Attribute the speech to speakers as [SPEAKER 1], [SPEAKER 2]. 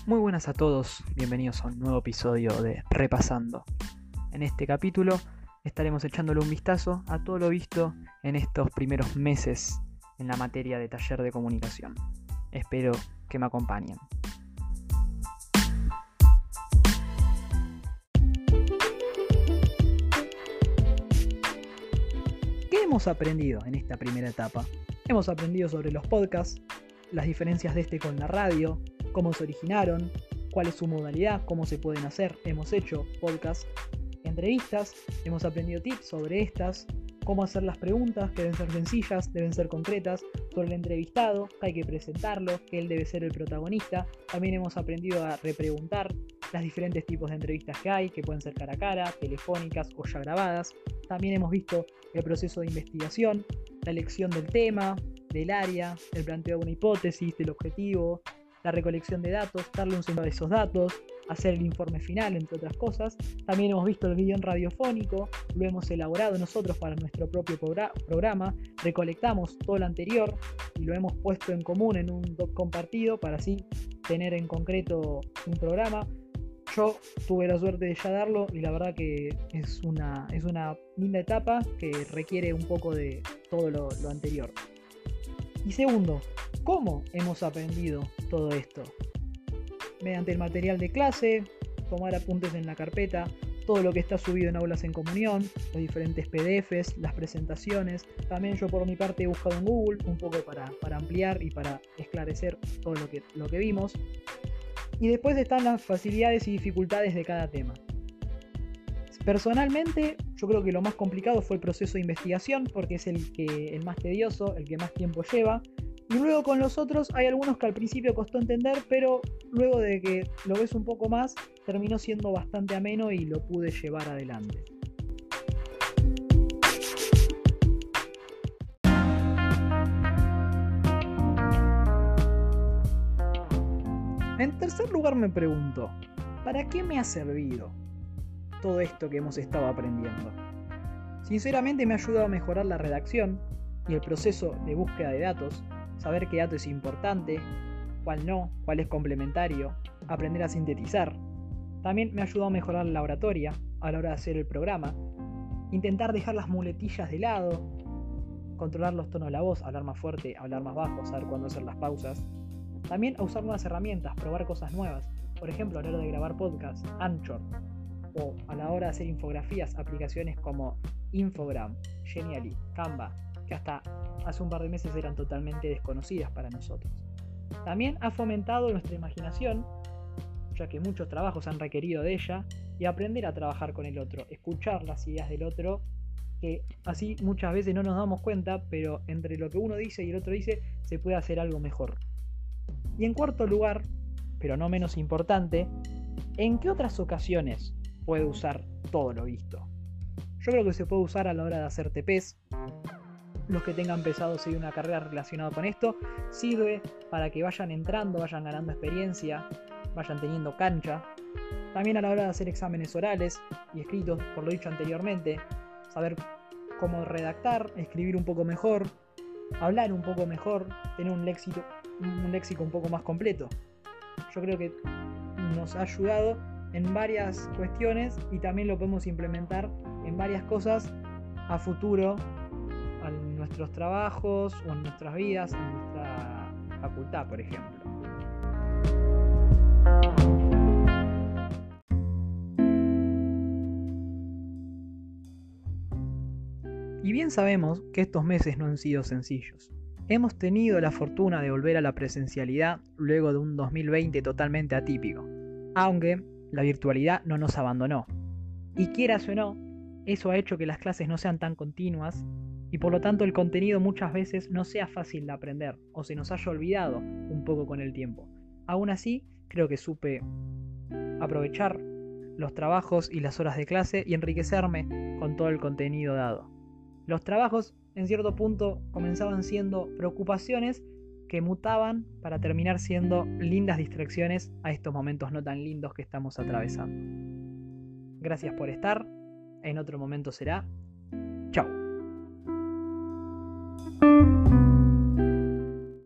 [SPEAKER 1] Muy buenas a todos, bienvenidos a un nuevo episodio de Repasando. En este capítulo estaremos echándole un vistazo a todo lo visto en estos primeros meses en la materia de taller de comunicación. Espero que me acompañen. ¿Qué hemos aprendido en esta primera etapa? Hemos aprendido sobre los podcasts, las diferencias de este con la radio, cómo se originaron, cuál es su modalidad, cómo se pueden hacer. Hemos hecho podcasts, entrevistas, hemos aprendido tips sobre estas, cómo hacer las preguntas, que deben ser sencillas, deben ser concretas, sobre el entrevistado, que hay que presentarlo, que él debe ser el protagonista. También hemos aprendido a repreguntar los diferentes tipos de entrevistas que hay, que pueden ser cara a cara, telefónicas o ya grabadas. También hemos visto el proceso de investigación, la elección del tema, del área, el planteo de una hipótesis, del objetivo, la recolección de datos, darle un sentido a esos datos, hacer el informe final, entre otras cosas. También hemos visto el guión radiofónico, lo hemos elaborado nosotros para nuestro propio programa, recolectamos todo lo anterior y lo hemos puesto en común en un doc compartido para así tener en concreto un programa. Yo tuve la suerte de ya darlo y la verdad que es una linda etapa que requiere un poco de todo lo anterior. Y segundo, ¿cómo hemos aprendido todo esto? Mediante el material de clase, tomar apuntes en la carpeta, todo lo que está subido en Aulas en Comunión, los diferentes PDFs, las presentaciones. También yo por mi parte he buscado en Google un poco para ampliar y para esclarecer todo lo que vimos. Y después están las facilidades y dificultades de cada tema. Personalmente, yo creo que lo más complicado fue el proceso de investigación, porque es el más tedioso, el que más tiempo lleva. Y luego con los otros hay algunos que al principio costó entender, pero luego de que lo ves un poco más, terminó siendo bastante ameno y lo pude llevar adelante. En tercer lugar me pregunto, ¿para qué me ha servido todo esto que hemos estado aprendiendo? Sinceramente me ha ayudado a mejorar la redacción y el proceso de búsqueda de datos, saber qué dato es importante, cuál no, cuál es complementario, aprender a sintetizar. También me ha ayudado a mejorar la oratoria a la hora de hacer el programa, intentar dejar las muletillas de lado, controlar los tonos de la voz, hablar más fuerte, hablar más bajo, saber cuándo hacer las pausas. También a usar nuevas herramientas, probar cosas nuevas, por ejemplo a la hora de grabar podcasts, Anchor, o a la hora de hacer infografías, aplicaciones como Infogram, Genially, Canva, que hasta hace un par de meses eran totalmente desconocidas para nosotros. También ha fomentado nuestra imaginación, ya que muchos trabajos han requerido de ella, y aprender a trabajar con el otro, escuchar las ideas del otro, que así muchas veces no nos damos cuenta, pero entre lo que uno dice y el otro dice, se puede hacer algo mejor. Y en cuarto lugar, pero no menos importante, ¿en qué otras ocasiones puede usar todo lo visto? Yo creo que se puede usar a la hora de hacer TPs. Los que tengan pensado seguir una carrera relacionada con esto, sirve para que vayan entrando, vayan ganando experiencia, vayan teniendo cancha. También a la hora de hacer exámenes orales y escritos, por lo dicho anteriormente, saber cómo redactar, escribir un poco mejor, hablar un poco mejor, tener un léxico un poco más completo. Yo creo que nos ha ayudado en varias cuestiones y también lo podemos implementar en varias cosas a futuro, en nuestros trabajos o en nuestras vidas, en nuestra facultad, por ejemplo. Y bien sabemos que estos meses no han sido sencillos. Hemos tenido la fortuna de volver a la presencialidad luego de un 2020 totalmente atípico, aunque la virtualidad no nos abandonó. Y quieras o no, eso ha hecho que las clases no sean tan continuas y por lo tanto el contenido muchas veces no sea fácil de aprender o se nos haya olvidado un poco con el tiempo. Aún así, creo que supe aprovechar los trabajos y las horas de clase y enriquecerme con todo el contenido dado. Los trabajos, en cierto punto, comenzaban siendo preocupaciones que mutaban para terminar siendo lindas distracciones a estos momentos no tan lindos que estamos atravesando. Gracias por estar, en otro momento será.